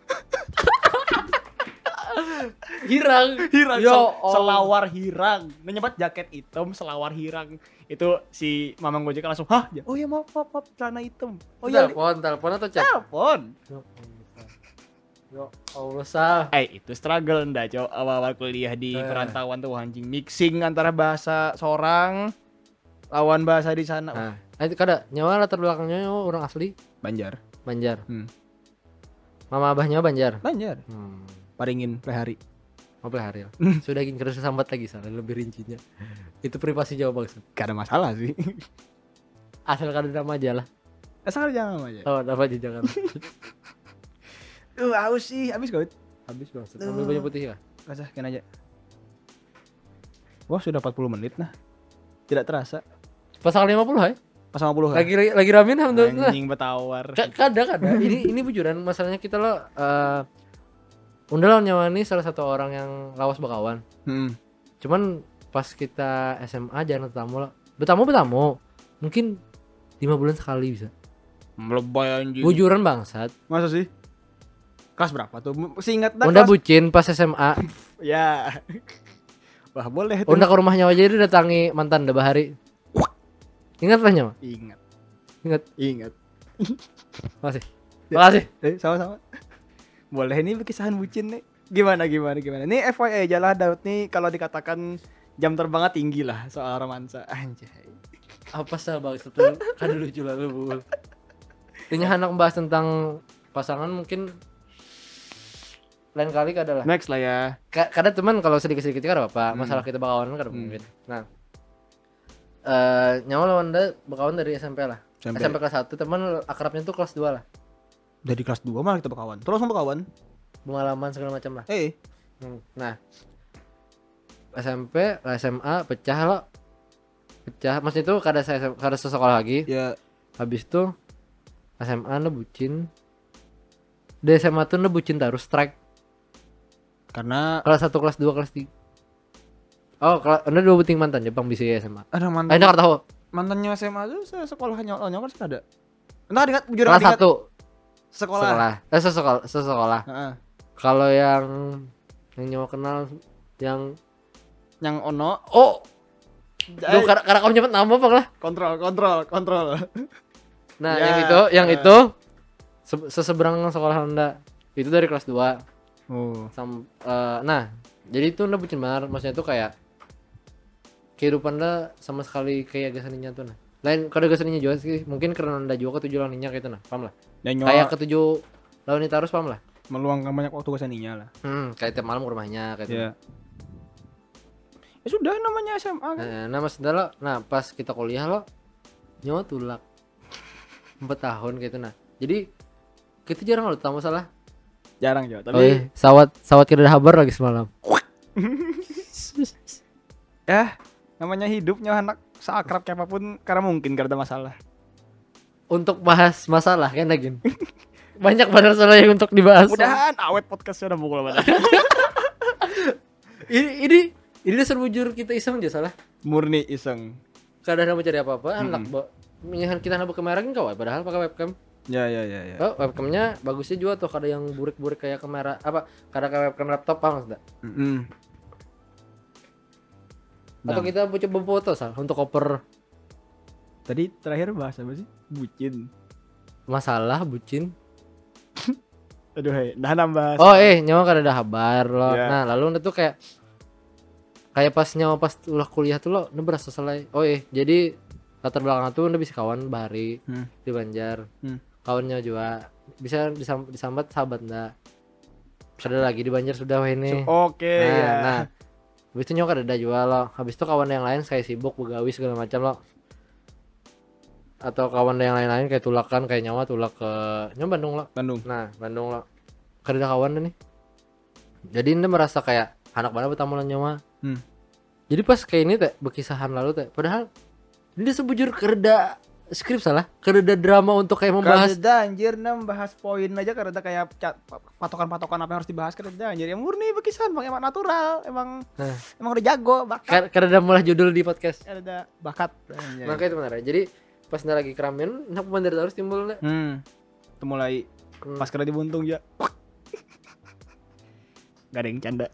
Hirang. Selawar hirang. Nyebat jaket hitam, selawar hirang. Itu si Mamang Gojek langsung, "Hah? Oh ya maaf, celana hitam." Oh ya, telepon atau chat? Telepon. Yo Allah sah. Itu struggle ndak, Cok. Awal-awal kuliah di perantauan tuh anjing, mixing antara bahasa Sorang lawan bahasa di sana. Nah, itu kada nyawa latar belakangnya orang asli Banjar. Mama abahnya Banjar. Paringin Plehari. Plehari. Sudah ingin kerja sambat lagi sana lebih rincinya. Itu privasi Jawa Bangsa. Gak ada masalah sih. Asal kada nama aja lah. Asal jangan nama aja. Oh, nama aja jangan. Aus sih, habis kau. Habis Bang. Ambil baju putih lah. Rasakan aja. Wah, sudah 40 menit nah. Tidak terasa. Pasal 50 hai. Pasal 50. Lagi ramin alhamdulillah. Anjing betawar. Kada. Ini bujuran masalahnya kita lo Undal nyawa ini salah satu orang yang lawas bakawan. Cuman pas kita SMA jangan bertamu. Mungkin 5 bulan sekali bisa. Melebay anjing. Bujuran bangsat. Masa sih? Kelas berapa tuh? Seingat dah. Unda bucin pas SMA. Ya. Wah, boleh tuh. Unda ke rumahnya aja dia datangi mantan dah bahari. Ingat lah nyawa? Ingat. Makasih. Sama-sama. Boleh ini kisah bucin nih. Gimana? Nih FYI aja lah Daud nih kalau dikatakan jam terbangnya tinggi lah soal romansa. Anjay. Apa sih bang? Kan lucu lah lu. Ini anak bahas tentang pasangan mungkin lain kali kada lah. Next lah ya. Kada teman kalau sedikit-sedikit kada apa-apa. Masalah kita bakawan kada mungkin. Nah. Nyawa lawan bakawan dari SMP lah. SMP kelas 1 teman akrabnya tuh kelas 2 lah. Dari kelas 2 malah kita bakawan. Terus bakawan. Pengalaman segala macam lah. Nah. SMP, SMA pecah loh. Maksudnya itu kada sekolah lagi. Ya. Habis itu SMA lo bucin. Di SMA tuh lo bucin terus strike. Karena kelas 1, kelas 2, kelas 3. Oh, Anda 2 buting mantan Jepang bisa ya SMA. Ada mantan. Anda tahu. Mantannya SMA tuh sekolahnya kan sudah ada. Entah dikat jujur kelas 1. Sekolah. Kalau yang nyawa kenal yang Ono. Oh. Duh, karena kamu cepet nama apa lah? Kontrol. Nah, ya, yang itu seseberang sekolah Anda. Itu dari kelas 2. Nah, jadi itu Anda bucin banget. Maksudnya itu kayak kehidupan Anda sama sekali kayak gasaninya tuh nah. Lain kada gasaninya juga sih. Mungkin karena Anda juga ketujuh lawan kayak itu nah. Paham lah? Kayak ketujuh lawan itu harus paham lah. Meluangkan banyak waktu gasaninya lah. Kayak tiap malam ke rumahnya kayak itu. Ya sudah namanya SMA kan. Nah maksudnya lo, pas kita kuliah lo nyawa tulak 4 tahun gitu nah. Jadi kita jarang lo tahu masalah. Jarang juga. Tapi sawat kita ada kabar lagi semalam. Ya namanya hidupnya anak seakrab kayak apapun karena mungkin gak ada masalah. Untuk bahas masalah kan lagi. Banyak masalah yang untuk dibahas. Mudahan awet podcastnya udah mukul banget. Ini dasar bujur kita iseng aja salah. Murni iseng. Kadang mau cari apa-apa, anak kita nak pakai merek kau, padahal pakai webcam. Ya. Oh, webcamnya bagusnya juga tuh, kada yang burik-burik kayak kamera apa? Kada kayak webcam laptop paham enggak? Atau kita coba foto sal untuk cover. Tadi terakhir bahas apa sih? Bucin. Masalah bucin. Aduh, dah nambah. Oh, nyawa kada ada kabar lo. Yeah. Nah, lalu itu kayak pas nyawa pas ulah kuliah tuh lo udah berasa selesai. Oh, jadi latar belakang tuh udah bisa kawan bahari di Banjar. Kawannya juga bisa disambat sahabat enggak. Ada lagi di Banjar sudah ini. Oke, ya. Nah, habis itu nyoka ada jual lo. Habis itu kawan yang lain kayak sibuk begawi segala macam lo. Atau kawan yang lain-lain kayak tulakan kayak nyawa tulak ke Bandung lo. Nah, Bandung lo. Kada kawan nih. Jadi ini merasa kayak anak mana bertamu nyawa. Jadi pas kayak ini teh berkisahan lalu teh. Padahal ini sebujur kereda skrip salah, kereda drama untuk kayak membahas. Kereda anjir membahas poin aja, kereda kayak patokan-patokan apa yang harus dibahas, kereda anjir yang murni berkisahan, emang natural, emang udah jago bakat. Kereda mulai judul di podcast. Kereda bakat. Makanya itu benar. Jadi pas lagi keramen, nak pemandar terus timbul. Itu mulai pas kereda dibuntung ya. Gak ada yang canda.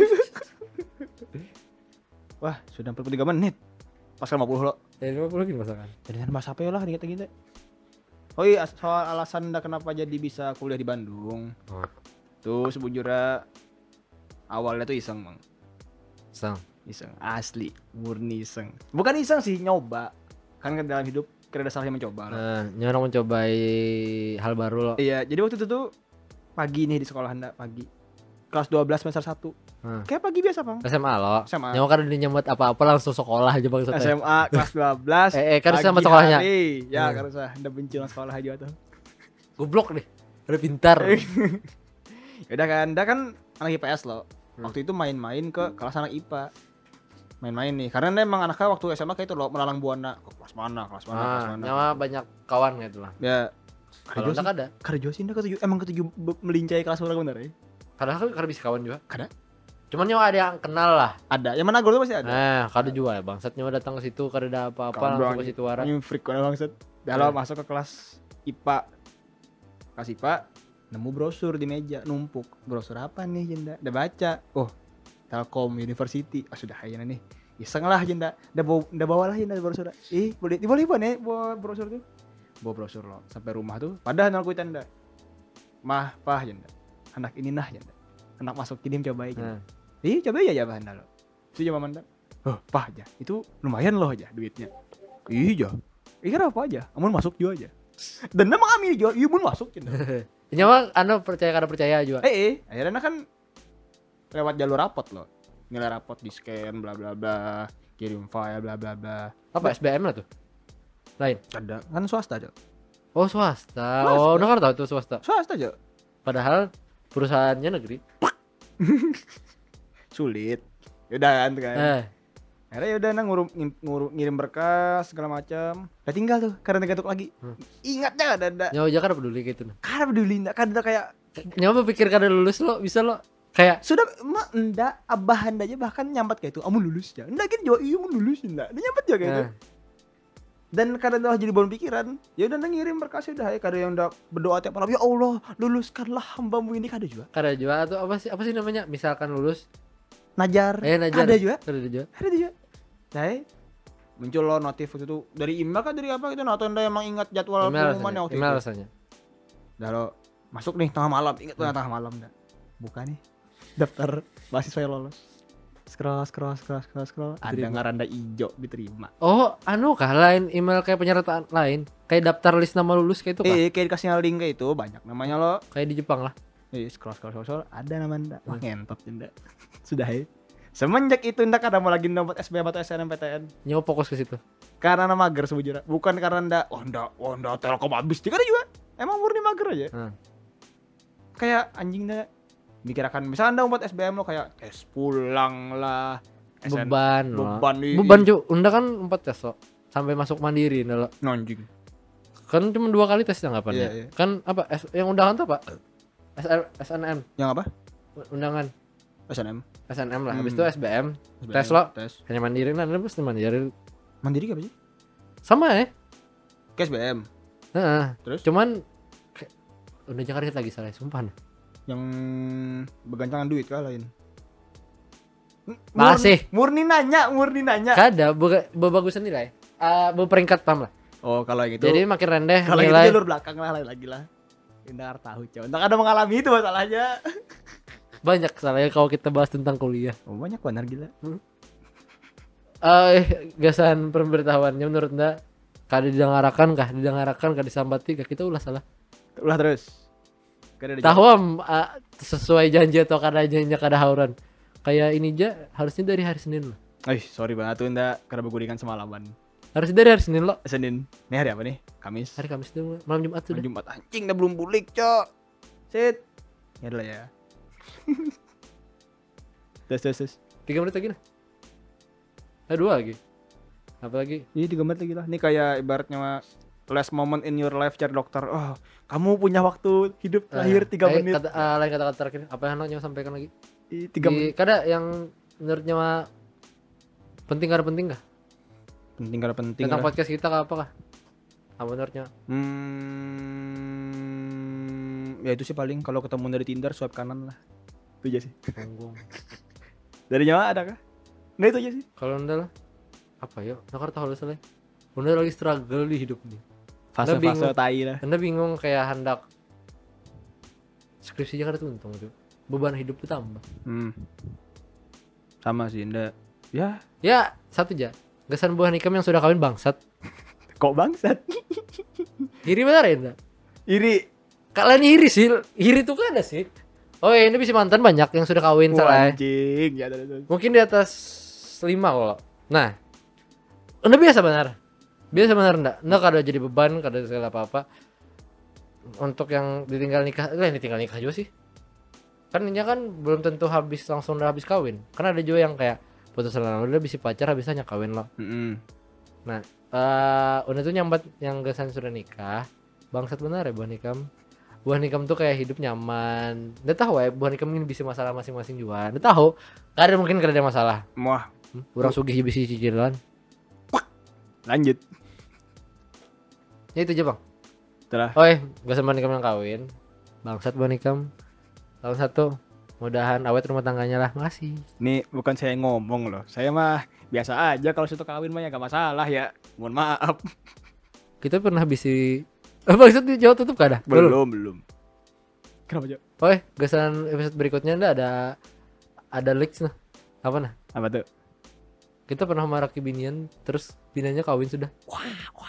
Wah, sudah 43 menit. Pas 50 lo. 50 gini masakan. Jadi kan bahas apa ya lah gini. Oh iya, soal alasan anda kenapa jadi bisa kuliah di Bandung. Tuh sebujurnya awalnya tuh iseng, Bang. Iseng. Asli, murni iseng. Bukan iseng sih, nyoba. Kan dalam hidup kada salah mencoba. Nyorong mencobai hal baru lo. Iya, jadi waktu itu tuh pagi nih di sekolah anda, pagi. Kelas 12 semester 1. Kayak pagi biasa, Bang. SMA lo. Nyawa kan udah nyambut apa-apa langsung sekolah aja Bang. SMA kelas 12. Kan sama sekolahnya. Ya, karena saya udah benci sama sekolah aja tuh. Goblok deh. Udah pintar. Udah kan anak IPS lo. Waktu itu main-main ke kelas anak IPA. Main-main nih. Karena emang anaknya waktu SMA kayak itu lo melalang buana. Kelas mana. Nyawa banyak kawan gitu lah. Ya. Kalau enggak ada. Karjo sih emang ketujuh melincai kelas orang bener ya. Kadang kan bisa kawan juga. Kada. Cuman nyawa ada yang kenal lah. Ada. Yang mana gue tuh pasti ada. Kada juga ya bangsat nyawa datang ke situ kada ada apa-apa langsung ke situ arah. Ini freak banget bangsat. Dah lo masuk ke kelas IPA. Kelas IPA nemu brosur di meja numpuk. Brosur apa nih Jenda? Udah baca. Oh, Telkom University. Sudah ayeuna nih. Iseng lah Jenda. Udah bawa lah Jenda brosur. Boleh nih bawa brosur tuh. Bawa brosur lo sampai rumah tuh. Padahal nol kuitan dah. Mah, pah Jenda. Anak ini nah Jenda. Anak masuk kirim coba aja. Coba aja bahan lo. Itu coba mantap. Pah aja. Itu lumayan loh aja duitnya. Iya. Apa aja. Amun masuk juga aja. Dan memang kami juga mun masuk Jenda. Nyawa percaya kada percaya juga. Akhirnya kan lewat jalur rapot loh. Nilai rapot di scan bla bla bla, kirim file bla bla bla. Apa SBM lah tuh? Lain. Ada. Kan swasta aja. Oh, swasta. Oh, udah kan tahu tuh swasta. Swasta aja. Padahal perusahaannya negeri. Sulit. Yaudah kan. Akhirnya yaudah ngirim berkas segala macam. Udah tinggal tuh karena ngegantuk lagi. Ingatnya ada. Nyawa aja kada peduli gitu. Kada peduli kada kayak nyawa pikir kada lulus lo bisa lo kayak sudah enggak abahan aja bahkan nyambat kayak itu. Amun lulus ya. Enggak gitu jawab mun lulus enggak. Dia nyambat juga kayak itu. Dan kadang udah jadi bahan pikiran. Ya udah ngirim berkas udah kadang yang udah berdoa tiap malam ya Allah luluskanlah hambamu ini kada juga. Kada juga atau apa sih namanya? Misalkan lulus Najar. Ada juga. Nah, muncul lo notif itu dari email kan dari apa gitu atau anda emang ingat jadwal pengumuman waktu itu. Email rasanya. Dah lo masuk nih tengah malam, ingat tuh tengah malam dah. Buka nih daftar mahasiswa yang lolos. Scroll. Ada ngaranda ijo diterima. Oh, kah lain email kayak penyertaan lain, kayak daftar list nama lulus kayak itu kah? Kayak dikasih link kayak itu banyak namanya lo. Kayak di Jepang lah. Scroll ada nama anda. Wah ngentot Anda. Sudah semenjak itu ndak ada mau lagi nomor SBM atau SNMPTN. Nyawa fokus ke situ. Karena mager sebujurnya. Bukan karena ndak Telkom habis juga Emang murni mager aja. Kayak anjing dah. Mikirkan misalnya anda buat SBM lo kayak tes pulang lah. Beban cu. Unda kan 4 tes lo. Sampai masuk mandiri anda lo. Anjing. Kan cuma 2 kali tes tanggapannya. Iya. Kan apa yang undangan tuh apa? SNM. Yang apa? Undangan. SNM lah. Habis itu SBM. Tes lo. Hanya mandiri nah, Anda pasti mandiri. Mandiri apa sih? Sama ya? Ke SBM. Terus? Cuman udah jangan kita lagi salah sumpah nah. Yang bergancangan duit kah lain? Masih murni nanya. Kada bagusan nilai. Berperingkat pam lah. Oh, kalau yang itu. Jadi makin rendah kalau nilai. Kalau jalur belakang lah lagi lah. Indar tahu, coy. Untuk ada mengalami itu masalahnya. Banyak salahnya kalau kita bahas tentang kuliah. Oh, banyak benar gila. Gasan pemberitahuannya menurut Anda didengarakan kah disambati kah kita ulah salah. Ulah terus. Tahu sesuai janji atau kada janjinya kada hauran. Kayak ini aja harusnya dari hari Senin loh. Sorry banget tuh ndak karena begurikan semalaman. Harusnya dari hari Senin loh. Senin. Ini hari apa nih? Kamis. Hari Kamis tuh malam Jumat tuh. Malam Jumat anjing dah belum bulik, Cok. Sit. Ya udah ya. Tes. 3 menit lagi lah. 2 lagi. Apa lagi? Iya 3 menit lagi lah. Ini kayak ibaratnya last moment in your life cari dokter. Oh, kamu punya waktu hidup terakhir 3 menit. Lain kata-kata terakhir. Apa yang nanya sampaikan lagi? 3 menit. Kada yang menurutnya penting kah? Penting kada penting. Tentang podcast kita apa kah? Apa menurutnya? Ya itu sih paling kalau ketemu dari Tinder swipe kanan lah. Itu aja sih. Punggung. Dari nyawa ada kah? Nah itu aja sih. Kalau Anda lah apa ya? Nakar tahu salah. Anda lagi struggle di hidup nih. Fase-fase tai lah. Anda bingung kayak hendak skripsinya kada tuntung tuh. Beban hidup tuh tambah. Sama sih Anda. Ya, satu aja. Gasan buah nikam yang sudah kawin bangsat. Kok bangsat? Iri benar ya Anda? Iri. Kalian iri sih. Iri tuh kan ada sih. Oh ini bisa mantan banyak yang sudah kawin salah. Anjing. Ya, mungkin di atas 5 kalau. Nah, Anda biasa benar enggak? Anda kada jadi beban, kada segala apa-apa. Untuk yang ditinggal nikah juga sih. Kan ini kan belum tentu langsung habis kawin. Kan ada juga yang kayak putusan udah bisa pacar habis hanya kawin loh. Nah, udah tuh nyambat yang gasan sudah nikah. Bangsat benar ya buah nikam tuh kayak hidup nyaman. Nggak tahu ya buah nikam ini bisa masalah masing-masing juga. Nggak tahu. Mungkin ada masalah. Wah, kurang sugih bisa cicilan. Lanjut. Ya itu aja, Bang. Setelah. Gasan buah nikam yang kawin. Bangsat buah nikam. Tahun 1. Mudahan awet rumah tangganya lah. Makasih. Ini bukan saya ngomong loh. Saya mah biasa aja kalau suatu kawin mah ya gak masalah ya. Mohon maaf. Kita pernah maksud di Jawa tutup kada? Belum. Kenapa, Jo? Gasan episode berikutnya ada leaks nah. Apa nah? Apa tuh? Kita pernah maraki binian terus biniannya kawin sudah. Wah.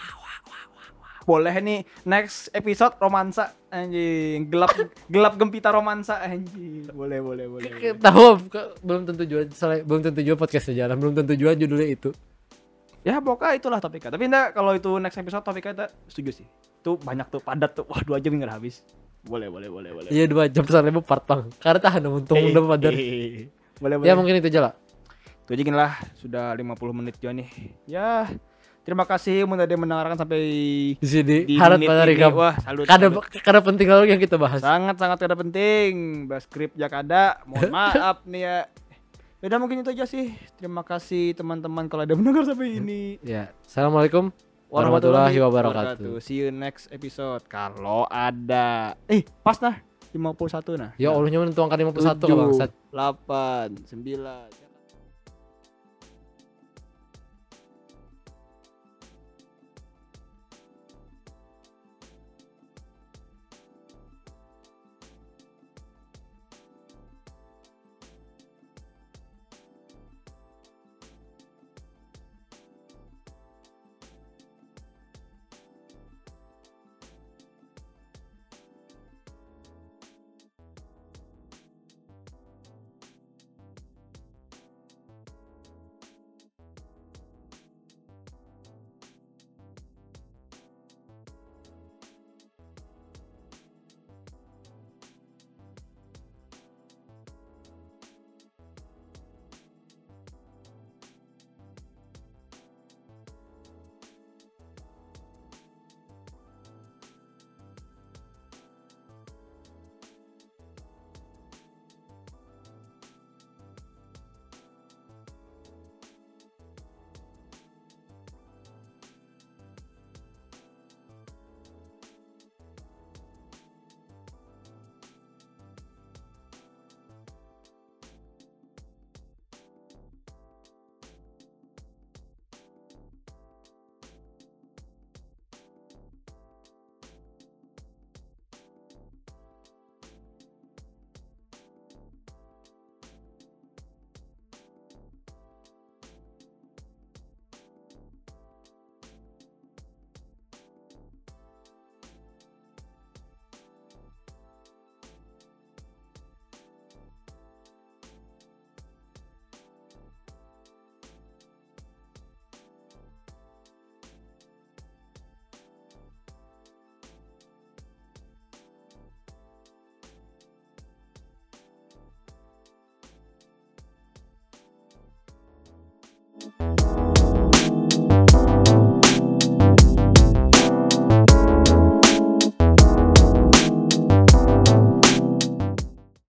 Boleh nih next episode romansa anjing. Gelap gempita romansa anjing. Boleh. Tahu belum tentu juga podcast sejalan, belum tentu juga judulnya itu. Ya pokoknya itulah topiknya. Tapi enggak kalau itu next episode topiknya kita setuju sih. Itu banyak tuh padat tuh. Wah 2 jam nggak habis. Boleh. Iya 2 jam soalnya part bang. Karena tahan untung udah padat. Boleh. Ya mungkin itu aja lah. Itu aja lah. Sudah 50 menit juga nih. Ya terima kasih udah mendengarkan sampai di sini. Harap pada rekam. Wah salut. Kada penting lalu yang kita bahas. Sangat kada penting. Bahas skrip jak ada. Mohon maaf nih ya. Udah mungkin itu aja sih. Terima kasih teman-teman kalau ada mendengar sampai ini. Ya. Assalamualaikum warahmatullahi wabarakatuh. See you next episode. Kalau ada pas nah 51 nah. Ya Allahnya menentukan 51 bangsat. 8 9